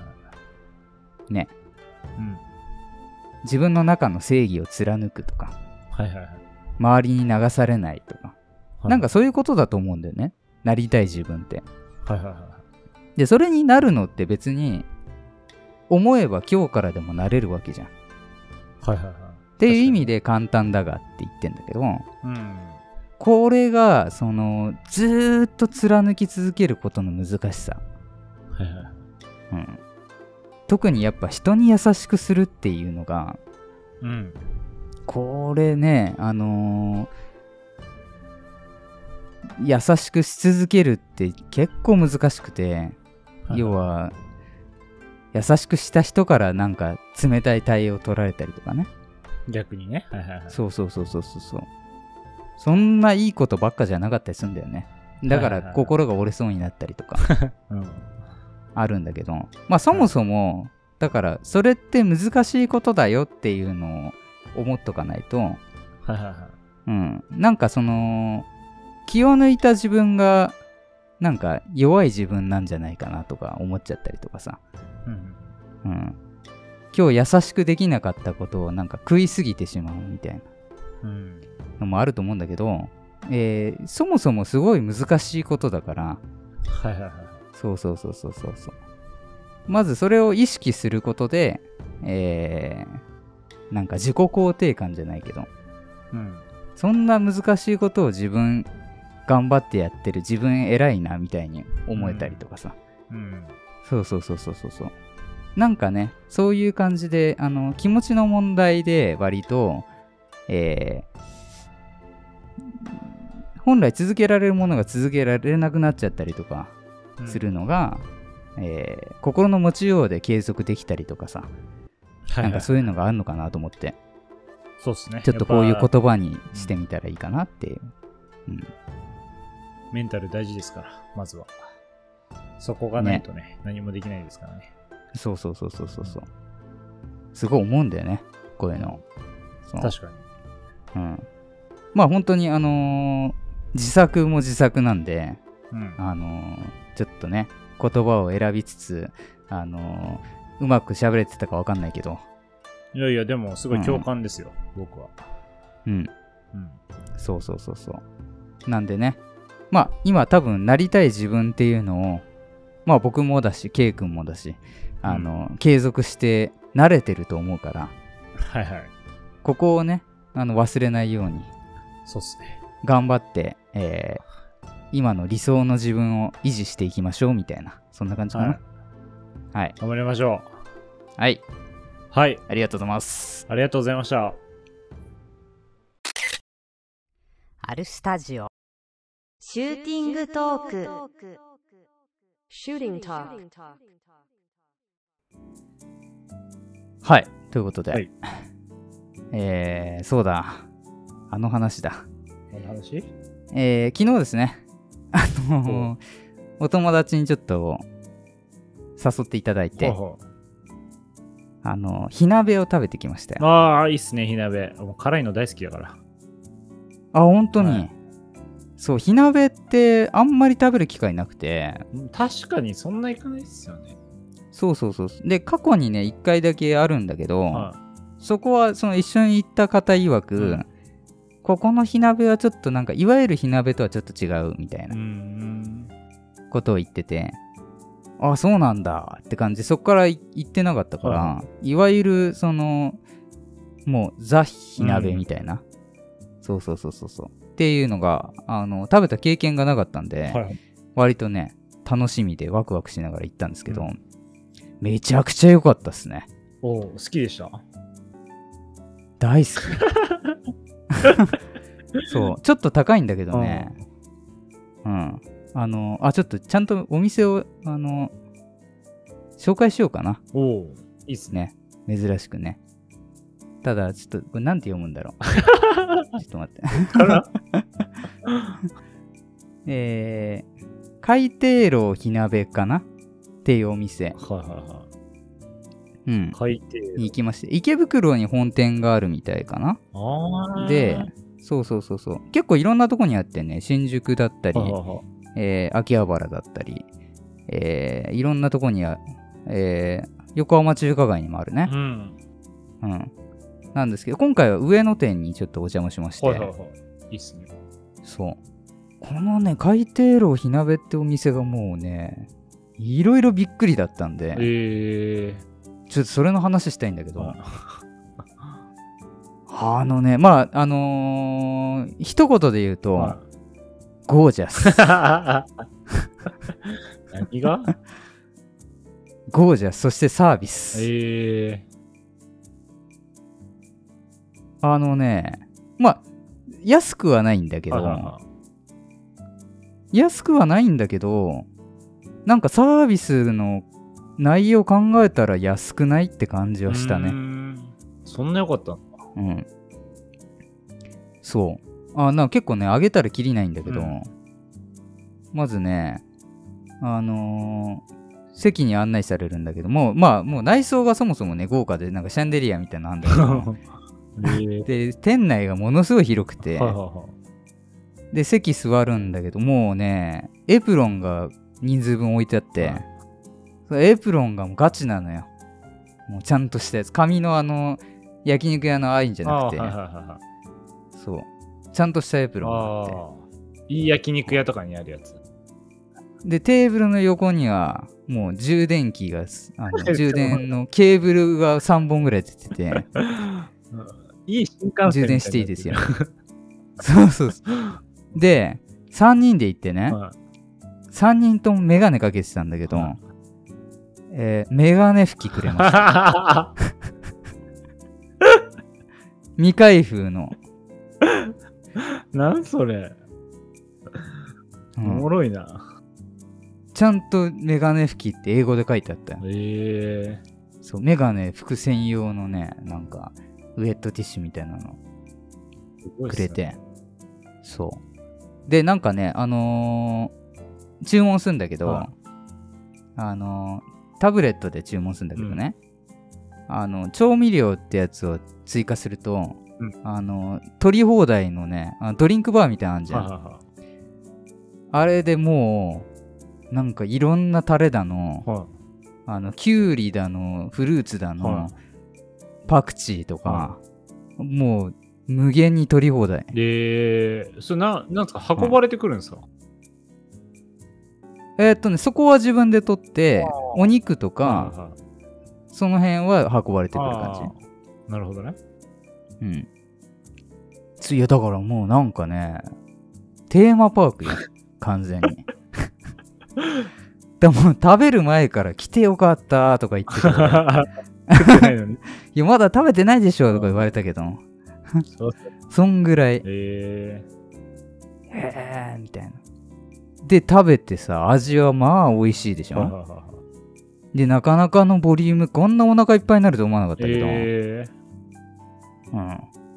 Speaker 2: ね、
Speaker 1: うん。
Speaker 2: 自分の中の正義を貫くとか、
Speaker 1: はいはいはい。
Speaker 2: 周りに流されないとか、
Speaker 1: はい
Speaker 2: なんかそういうことだと思うんだよね。なりたい自分って。
Speaker 1: はいはいはい。
Speaker 2: で、それになるのって別に、思えば今日からでもなれるわけじゃん。っ
Speaker 1: はいはいはい。
Speaker 2: ていう意味で簡単だがって言ってんだけど、
Speaker 1: うん。
Speaker 2: これが、その、ずーっと貫き続けることの難しさ。
Speaker 1: はいはいはい。
Speaker 2: うん。特にやっぱ人に優しくするっていうのが、
Speaker 1: うん。
Speaker 2: これね、あのー優しくし続けるって結構難しくて、
Speaker 1: はい
Speaker 2: 要は、優しくした人からなんか冷たい対応を取られたりとかね。
Speaker 1: 逆にね。はいはいはい。
Speaker 2: そうそうそうそうそうそう。そんないいことばっかじゃなかったりするんだよね。だか
Speaker 1: はいはいはい
Speaker 2: ら心が折れそうになったりとか
Speaker 1: うん。
Speaker 2: あるんだけど、まあそもそも、だからそれって難しいことだよっていうのを思っとかないと、
Speaker 1: はいはいはい。
Speaker 2: うん、なんかその気を抜いた自分がなんか弱い自分なんじゃないかなとか思っちゃったりとかさ、
Speaker 1: うん。
Speaker 2: うん、今日優しくできなかったことをなんか食いすぎてしまうみたいな
Speaker 1: うん。
Speaker 2: のもあると思うんだけど、えーそもそもすごい難しいことだから、
Speaker 1: はいはいはい。
Speaker 2: そうそうそうそうそうそう。まずそれを意識することで、えー、なんか自己肯定感じゃないけど、
Speaker 1: うん。
Speaker 2: そんな難しいことを自分頑張ってやってる自分偉いなみたいに思えたりとかさ、
Speaker 1: うん。
Speaker 2: そうそうそうそうそうそう。なんかね、そういう感じで、あの、気持ちの問題で割と、えー、本来続けられるものが続けられなくなっちゃったりとかするのが、えー心の持ちようで継続できたりとかさ、
Speaker 1: はいはい。
Speaker 2: なんかそういうのがあるのかなと思って、
Speaker 1: そうっすね。
Speaker 2: ちょっとこういう
Speaker 1: やっぱ
Speaker 2: 言葉にしてみたらいいかなっていう。うん、
Speaker 1: メンタル大事ですから、まずは。そこがないとね、何もできないですからね。
Speaker 2: そうそうそうそうそうそう。すごい思うんだよね、こういうの。そう
Speaker 1: 確かに。
Speaker 2: うん。まあ本当にあのー自作も自作なんで、
Speaker 1: うん。
Speaker 2: あのーちょっとね、言葉を選びつつ、あのーうまく喋れてたかわかんないけど、
Speaker 1: いやいや、でも、すごい共感ですよ、僕は。
Speaker 2: うん。
Speaker 1: うん。
Speaker 2: そうそうそうそう。なんでね、まあ今多分なりたい自分っていうのを、まあ僕もだし、ケイ君もだし、あのー継続して慣れてると思うから、
Speaker 1: はいはい。
Speaker 2: ここをね、あの忘れないように
Speaker 1: そうっすね。
Speaker 2: 頑張って、えー今の理想の自分を維持していきましょうみたいな、そんな感じか
Speaker 1: はい
Speaker 2: な。。はい。
Speaker 1: 頑張りましょ
Speaker 2: はい。
Speaker 1: う。はい。
Speaker 2: ありがとうございます。
Speaker 1: ありがとうございました。
Speaker 4: アルスタジオ。
Speaker 3: シューティングトーク。
Speaker 4: Shooting Talk。
Speaker 2: はい。ということで、
Speaker 1: はい
Speaker 2: えー、そうだ。あの話だ。
Speaker 1: この話
Speaker 2: えー、昨日ですね、あのーお友達にちょっと誘っていただいて、
Speaker 1: ほうほう
Speaker 2: あのー火鍋を食べてきましたよ。
Speaker 1: ああ、いいっすね、火鍋。もう辛いの大好きだから。
Speaker 2: あ、本当に、
Speaker 1: はい、
Speaker 2: そう、火鍋ってあんまり食べる機会なくて。
Speaker 1: 確かにそんないかないっすよね。
Speaker 2: そうそうそう。で、過去にね、いっかいだけあるんだけど、
Speaker 1: はい、
Speaker 2: そこはその一緒に行った方曰く、うん、ここの火鍋はちょっとなんかいわゆる火鍋とはちょっと違うみたいなことを言ってて、あ、そうなんだって感じで、そこから行ってなかったから、はい、いわゆるそのもうザ火鍋みたいな、うん、そうそうそうそうそうっていうのがあの食べた経験がなかったんで、はい、割とね楽しみでワクワクしながら行ったんですけど、うん、めちゃくちゃ良かったっすね。
Speaker 1: お、好きでした？
Speaker 2: 大好き。そう、ちょっと高いんだけどね。うん。あの、あ、ちょっとちゃんとお店を、あの、紹介しようかな。
Speaker 1: おお、いいっす
Speaker 2: ね。珍しくね。ただ、ちょっと、これなんて読むんだろう。ちょっと待って。えー、海底楼火鍋かなっていうお店。はいはいはい。うん。海底に行きまして、池袋に本店があるみたいかな。あで、そうそうそうそう。結構いろんなとこにあってね、新宿だったり、はははえー、秋葉原だったり、えー、いろんなとこには、えー、横浜中華街にもあるね。うん。うん。なんですけど、今回は上野店にちょっとお邪魔しまして。はいはいはい。
Speaker 1: いいっすね。
Speaker 2: そう。このね、海底楼火鍋ってお店がもうね、いろいろびっくりだったんで。へー。ちょっとそれの話したいんだけど、はい、あのね、まあ、あのー、一言で言うと、はい、ゴージャス。
Speaker 1: 何が？
Speaker 2: ゴージャス、そしてサービス。えー、あのね、まあ、安くはないんだけど、はいはいはい、安くはないんだけど、なんかサービスの内容考えたら安くないって感じはしたね。うーん、
Speaker 1: そんな良かったんだ。
Speaker 2: うん。そう。あ、なんか結構ね、あげたらきりないんだけど、うん、まずね、あのー、席に案内されるんだけども、まあ、もう内装がそもそもね、豪華で、なんかシャンデリアみたいなのあんだけど、で、店内がものすごい広くて、で、席座るんだけど、もうね、エプロンが人数分置いてあって、エプロンがもうガチなのよ。もうちゃんとしたやつ。紙のあの焼肉屋のああいんじゃなくて、はいはいはいはい、そうちゃんとしたエプロンがあって、
Speaker 1: いい焼肉屋とかにあるやつ
Speaker 2: で、テーブルの横にはもう充電器があの充電のケーブルがさんぼんぐらい出てて
Speaker 1: いい新幹線
Speaker 2: 充電していいですよ。そうそうそう。で、さんにんで行ってね、はい、さんにんともメガネかけてたんだけど、はい、えー、メガネ拭きくれました。未開封の。
Speaker 1: なんそれ、うん、おもろいな。
Speaker 2: ちゃんとメガネ拭きって英語で書いてあったよ。へえ。そう、メガネ拭く専用のね、なんかウェットティッシュみたいなのくれて、ね、そうで、なんかね、あのー、注文するんだけど、はい、あのー、タブレットで注文するんだけどね、うん、あの調味料ってやつを追加すると、うん、あの取り放題のね、あのドリンクバーみたいなのあるじゃん。はははあれでもうなんかいろんなタレだの、はい、あのキュウリだのフルーツだの、はい、パクチーとか、はい、もう無限に取り放題。
Speaker 1: で、それな、なんですか、運ばれてくるんですか？はい、
Speaker 2: えー、っとね、そこは自分で取って、お肉とか、はいはい、その辺は運ばれてくる感
Speaker 1: じ。なるほどね。
Speaker 2: うん。いや、だからもうなんかね、テーマパークよ、完全に。でも食べる前から来てよかったとか言ってた。食ってないのに。いや、まだ食べてないでしょとか言われたけど。そんぐらい。へえー。へえーみたいな。で、食べてさ、味はまあ美味しいでしょ。で、なかなかのボリューム、こんなお腹いっぱいになると思わなかったけど、えー、うん、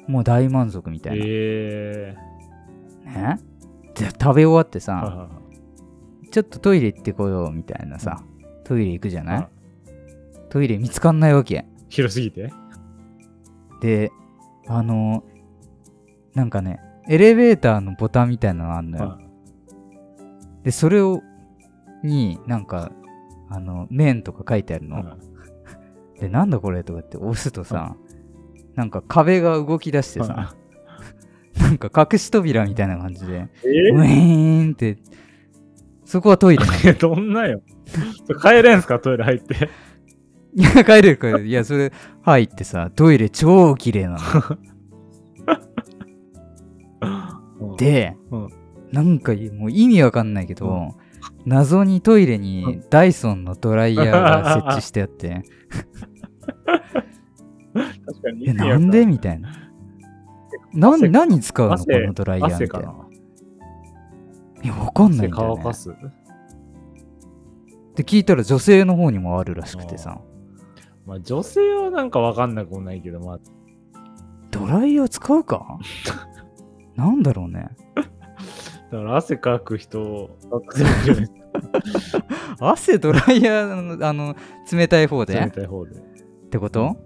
Speaker 2: もう大満足みたいな。えー、ね。で、食べ終わってさ、ちょっとトイレ行ってこようみたいなさ、トイレ行くじゃない？トイレ見つかんないわけ。
Speaker 1: 広すぎて？
Speaker 2: で、あの、なんかね、 エレベーターのボタンみたいなのあんのよ。
Speaker 1: は
Speaker 2: で、それを、に、なんか、あの、面とか書いてあるの。
Speaker 1: いは
Speaker 2: で、なんだこれとかって押すとさ、なんか壁が動き出してさ、なんか隠し扉みたいな感じで、
Speaker 1: い。
Speaker 2: ウィーンって、そこはトイレなの。
Speaker 1: えどんなよ。帰れんすかトイレ入って。
Speaker 2: いや、帰れる帰れる。いや、それ、入ってさ、トイレ超綺麗なの。で、
Speaker 1: うん
Speaker 2: なんかもう意味わかんないけど、
Speaker 1: うん
Speaker 2: 謎にトイレにダイソンのドライヤーが設置してあって、
Speaker 1: 確かに
Speaker 2: え、なんでみたいな。な
Speaker 1: 汗
Speaker 2: 何使うのこ
Speaker 1: 汗
Speaker 2: のドライヤー
Speaker 1: 汗かな。
Speaker 2: みたいな。いや、わかんない
Speaker 1: 汗
Speaker 2: んだよ、ね。
Speaker 1: 乾かす。
Speaker 2: で、聞いたら女性の方にもあるらしくてさ、
Speaker 1: まあ女性はなんかわかんなくもないけど、まあ、
Speaker 2: ドライヤー使うかなんだろうね。
Speaker 1: だから汗かく人、汗かくじゃない
Speaker 2: 汗ドライヤーの、あの、冷たい方で
Speaker 1: 冷たい方で。
Speaker 2: ってこと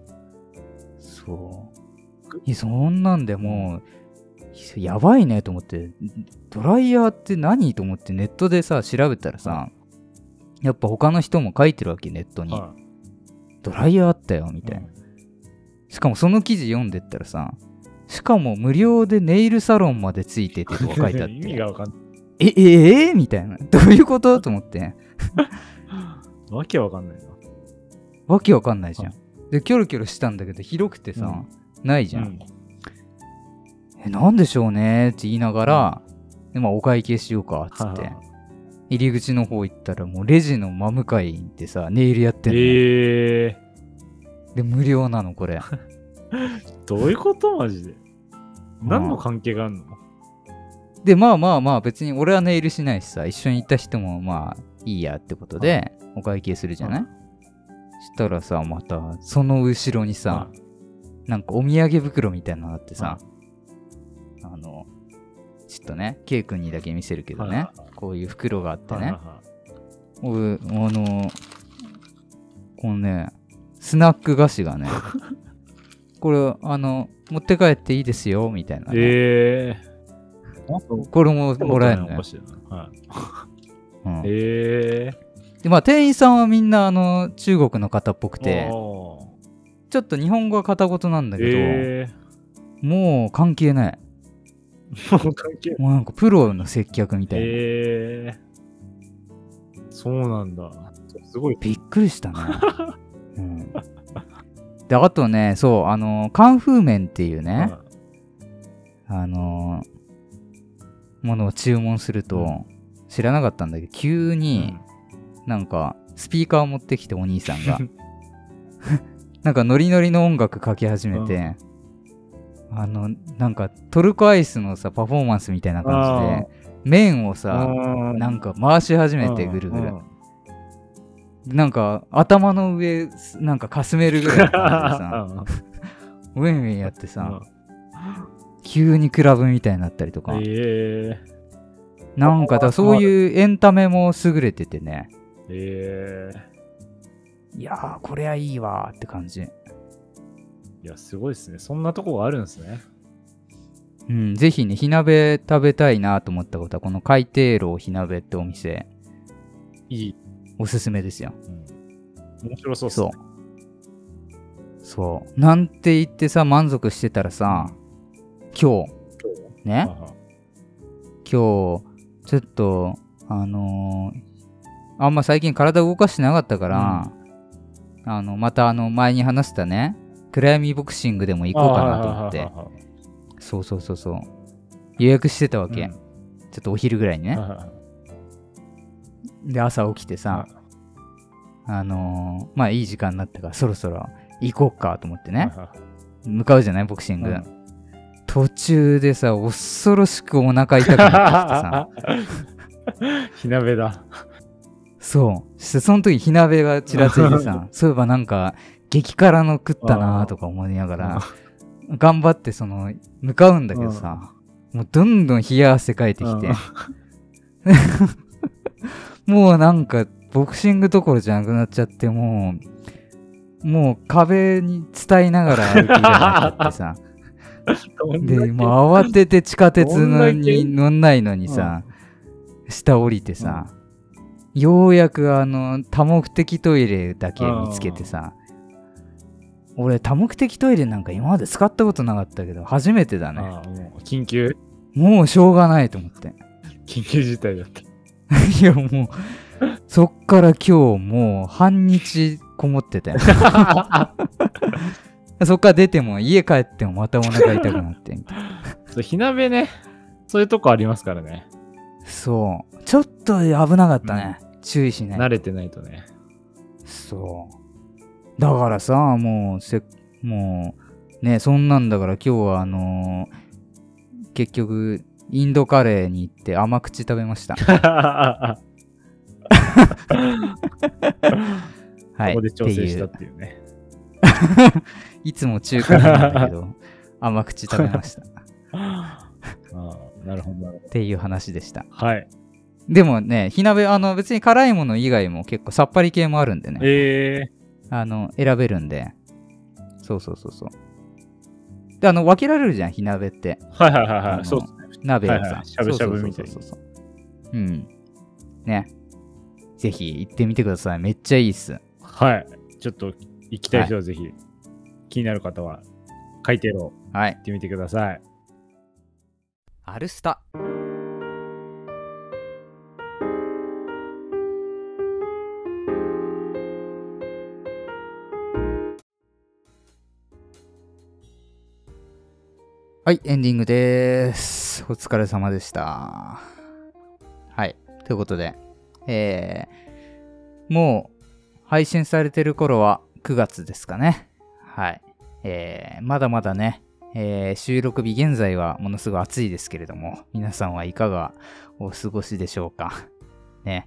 Speaker 2: そう。いや、そんなんでもう、やばいねと思って、ドライヤーって何と思ってネットでさ、調べたらさ、やっぱ他の人も書いてるわけ、ネットに。
Speaker 1: は
Speaker 2: ドライヤーあったよ、み
Speaker 1: い
Speaker 2: たいな。しかもその記事読んでったらさ、しかも無料でネイルサロンまでついててとか書いてあっ
Speaker 1: 意味
Speaker 2: て、
Speaker 1: がわかんない。
Speaker 2: え、ええー、みたいな。どういうことと思って、
Speaker 1: わけわかんないな。
Speaker 2: わけわかんないじゃん
Speaker 1: は。
Speaker 2: で、キョロキョロしたんだけど、広くてさ、
Speaker 1: うん
Speaker 2: ないじゃん。
Speaker 1: うん
Speaker 2: え、なんでしょうねって言いながら、でまあ、お会計しようか、つって
Speaker 1: はいはい。
Speaker 2: 入り口の方行ったら、もうレジの真向かいでさ、ネイルやってんの。
Speaker 1: え
Speaker 2: で、無料なの、これ。
Speaker 1: ー、どういうことマジで。何の関係があるの？
Speaker 2: で、まあまあまあ、別に俺はネイルしないしさ、一緒に行った人もまあ、いいやってことで、お会計するじゃない、したらさ、また、その後ろにさ、なんかお土産袋みたいなのあってさ、あの、ちょっとね、ケイ君にだけ見せるけどね、こういう袋があってね、俺、あの、このね、スナック菓子がね、これ、あの、持って帰っていいですよ、みたいな、ね。
Speaker 1: え
Speaker 2: ー、これももらえるのよ。
Speaker 1: はい
Speaker 2: うん、
Speaker 1: え
Speaker 2: ー、で、まあ、店員さんはみんな、あの、中国の方っぽくて、ちょっと日本語は片言なんだけど、えー、もう関係ない。
Speaker 1: もう関係ない。
Speaker 2: もうなんかプロの接客みたいな。
Speaker 1: えー、そうなんだ。すごい。
Speaker 2: びっくりしたね。うん、で、あとね、そう、あの、カンフー麺っていうね、はい、あの、ものを注文すると、うん、知らなかったんだけど、急に、うん、なんか、スピーカーを持ってきてお兄さんが、なんかノリノリの音楽かけ始めて、うん、あの、なんかトルコアイスのさ、パフォーマンスみたいな感じで、麺をさ、なんか回し始めてぐるぐる。なんか頭の上なんかかすめるぐらいの感じでさウェンウェンやってさ、急にクラブみたいになったりとか、えー、なんかだそういうエンタメも優れててね、えー、いやーこれはいいわーって感じ。
Speaker 1: いやすごいですね、そんなとこがあるんですね。
Speaker 2: うん、ぜひね火鍋食べたいなと思ったことはこの海底楼火鍋ってお店
Speaker 1: いい
Speaker 2: おすすめですよ。
Speaker 1: うん、面白そうっすね。
Speaker 2: そう。そう。なんて言ってさ、満足してたらさ、今日、ね、今日、ちょっと、あのー、あんま最近体動かしてなかったから、うん、あの、またあの、前に話したね、暗闇ボクシングでも行こうかなと思って、そうそうそうそう、予約してたわけ。うん、ちょっとお昼ぐらいにね。で朝起きてさ、あのー、まあいい時間になったからそろそろ行こうかと思ってね向かうじゃないボクシング、うん、途中でさ恐ろしくお腹痛くなってきて
Speaker 1: さ火鍋だ。
Speaker 2: そうそその時火鍋がちらついてさそういえばなんか激辛の食ったなとか思いながら頑張ってその向かうんだけどさもうどんどん冷や汗かいてきてもうなんかボクシングどころじゃなくなっちゃってもうもう壁に伝いながら歩きがなっちゃってさで、もう慌てて地下鉄のに乗んないのにさ、うん、下降りてさ、うん、ようやくあの、多目的トイレだけ見つけてさ、俺多目的トイレなんか今まで使ったことなかったけど、初めてだね。
Speaker 1: ああ、もう緊急
Speaker 2: もうしょうがないと思って。
Speaker 1: 緊急事態だった。
Speaker 2: いやもう、そっから今日もう半日こもってたよ。そっから出ても家帰ってもまたお腹痛くなってみたいな。
Speaker 1: そう、火鍋ね、そういうとこありますからね。
Speaker 2: そう。ちょっと危なかったね。うん、注意しない。
Speaker 1: 慣れてないとね。
Speaker 2: そう。だからさ、もう、せ、もう、ね、そんなんだから今日はあのー、結局、インドカレーに行って甘口食べました。はい。
Speaker 1: ここで調整したっていうね。
Speaker 2: いつも中華なんだけど、甘口食べました。
Speaker 1: ああ、なるほど、なるほど。
Speaker 2: っていう話でした。
Speaker 1: はい。
Speaker 2: でもね、火鍋、あの、別に辛いもの以外も結構さっぱり系もあるんでね。
Speaker 1: え
Speaker 2: ー、あの、選べるんで。そうそうそうそう。で、あの、分けられるじゃん、火鍋って。
Speaker 1: はいはいはいはい。そうですね。
Speaker 2: 鍋をさ、
Speaker 1: はいはい、しゃぶしゃぶみたいな。
Speaker 2: そうそうそうそう。うん。ね。ぜひ行ってみてください。めっちゃいいっす。
Speaker 1: はい。ちょっと行きたい人はぜひ、はい、気になる方は、海底炉行ってみてください。はい、
Speaker 4: アルスタ。
Speaker 2: はい、エンディングでーす。お疲れ様でした。はい、ということで、えー、もう配信されてる頃はくがつですかね。はい、えー、まだまだね、えー、収録日現在はものすごい暑いですけれども、皆さんはいかがお過ごしでしょうか。ね、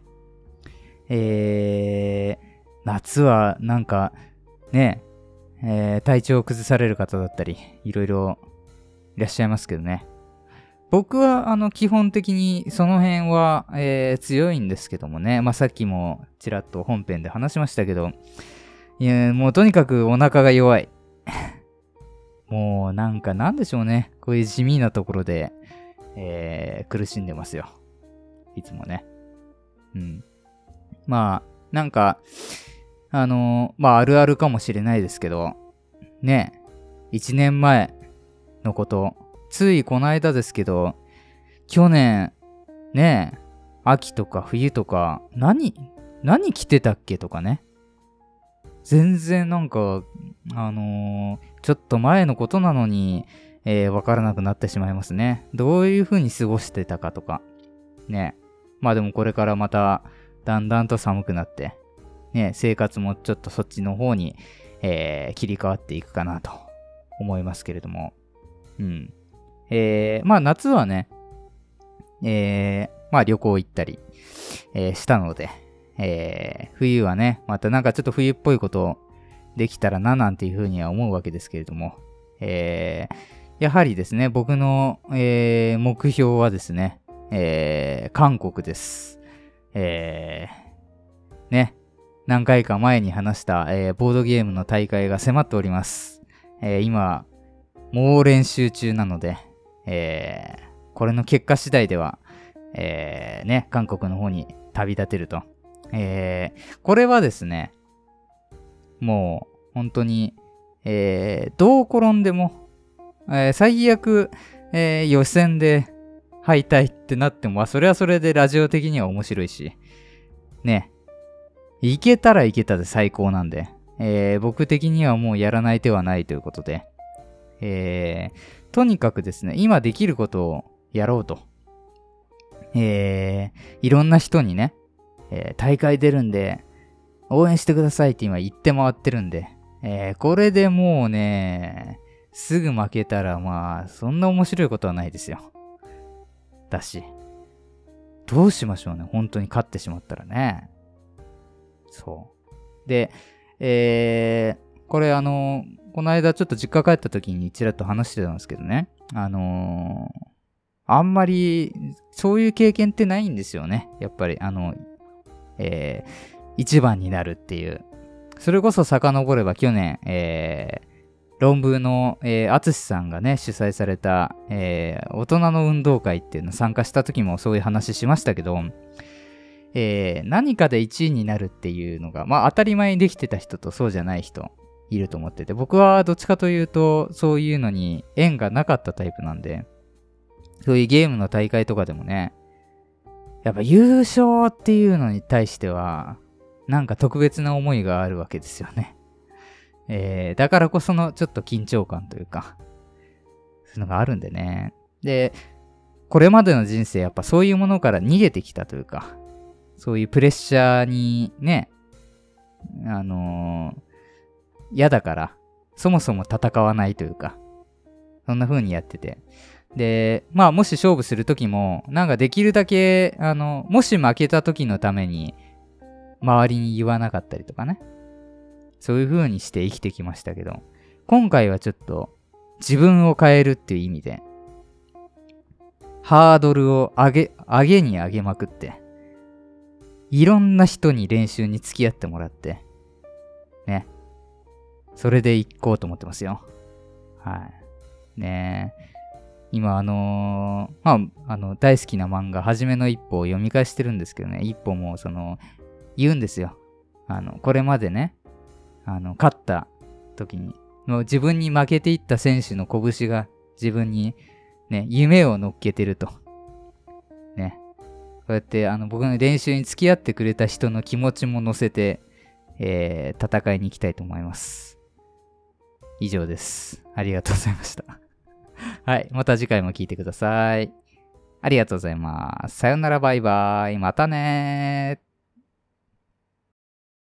Speaker 2: えー、夏はなんかね、えー、体調を崩される方だったり、いろいろいらっしゃいますけどね。僕はあの基本的にその辺は、えー、強いんですけどもね。まあ、さっきもちらっと本編で話しましたけど、いやもうとにかくお腹が弱い。もうなんかなんでしょうね。こういう地味なところで、えー、苦しんでますよ。いつもね。うん。まあ、なんか、あのー、まああるあるかもしれないですけど、ね、一年前、のこと、ついこの間ですけど、去年ねえ、秋とか冬とか何何着てたっけとかね、全然なんかあのー、ちょっと前のことなのに、えー、分からなくなってしまいますね。どういう風に過ごしてたかとかね。まあでもこれからまただんだんと寒くなってね、生活もちょっとそっちの方に、えー、切り替わっていくかなと思いますけれども。うん。えー、まあ夏はね、えー、まあ旅行行ったり、えー、したので、えー、冬はね、またなんかちょっと冬っぽいことできたらななんていうふうには思うわけですけれども、えー、やはりですね、僕の、えー、目標はですね、えー、韓国です。えー、ね、何回か前に話した、えー、ボードゲームの大会が迫っております。えー、今、もう練習中なので、えー、これの結果次第では、えー、ね、韓国の方に旅立てると。えー、これはですね、もう本当に、えー、どう転んでも、えー、最悪、えー、予選で敗退ってなっても、まあ、それはそれでラジオ的には面白いし、ね、いけたらいけたで最高なんで、えー、僕的にはもうやらない手はないということで、えー、とにかくですね、今できることをやろうと。えー、いろんな人にね、えー、大会出るんで、応援してくださいって今言って回ってるんで、えー、これでもうね、すぐ負けたらまあ、そんな面白いことはないですよ。だし、どうしましょうね、本当に勝ってしまったらね。そう。で、えー、これあの、この間ちょっと実家帰った時にちらっと話してたんですけどね。あのー、あんまりそういう経験ってないんですよね。やっぱりあの、えー、一番になるっていう。それこそ遡れば去年、えー、 論文の、えー、淳さんがね、主催された、えー、大人の運動会っていうの参加した時もそういう話しましたけど、えー、何かでいちいになるっていうのが、まあ当たり前にできてた人とそうじゃない人いると思ってて、僕はどっちかというと、そういうのに縁がなかったタイプなんで、そういうゲームの大会とかでもね、やっぱ優勝っていうのに対しては、なんか特別な思いがあるわけですよね。えー、だからこそのちょっと緊張感というか、そういうのがあるんでね。で、これまでの人生やっぱそういうものから逃げてきたというか、そういうプレッシャーにね、あのー、嫌だから、そもそも戦わないというか、そんな風にやってて。で、まあもし勝負するときも、なんかできるだけ、あの、もし負けたときのために、周りに言わなかったりとかね。そういう風にして生きてきましたけど、今回はちょっと自分を変えるっていう意味で、ハードルを上げ、上げに上げまくって、いろんな人に練習に付き合ってもらって、ね。それで行こうと思ってますよ。はい。ねえ。今あのー、まあ、あの、大好きな漫画、はじめの一歩を読み返してるんですけどね、一歩もその、言うんですよ。あの、これまでね、あの、勝った時に、もう自分に負けていった選手の拳が自分にね、夢を乗っけてると。ね。こうやって、あの、僕の練習に付き合ってくれた人の気持ちも乗せて、えー、戦いに行きたいと思います。以上です。ありがとうございました。はい。また次回も聞いてください。ありがとうございます。さよならバイバイ。またねー。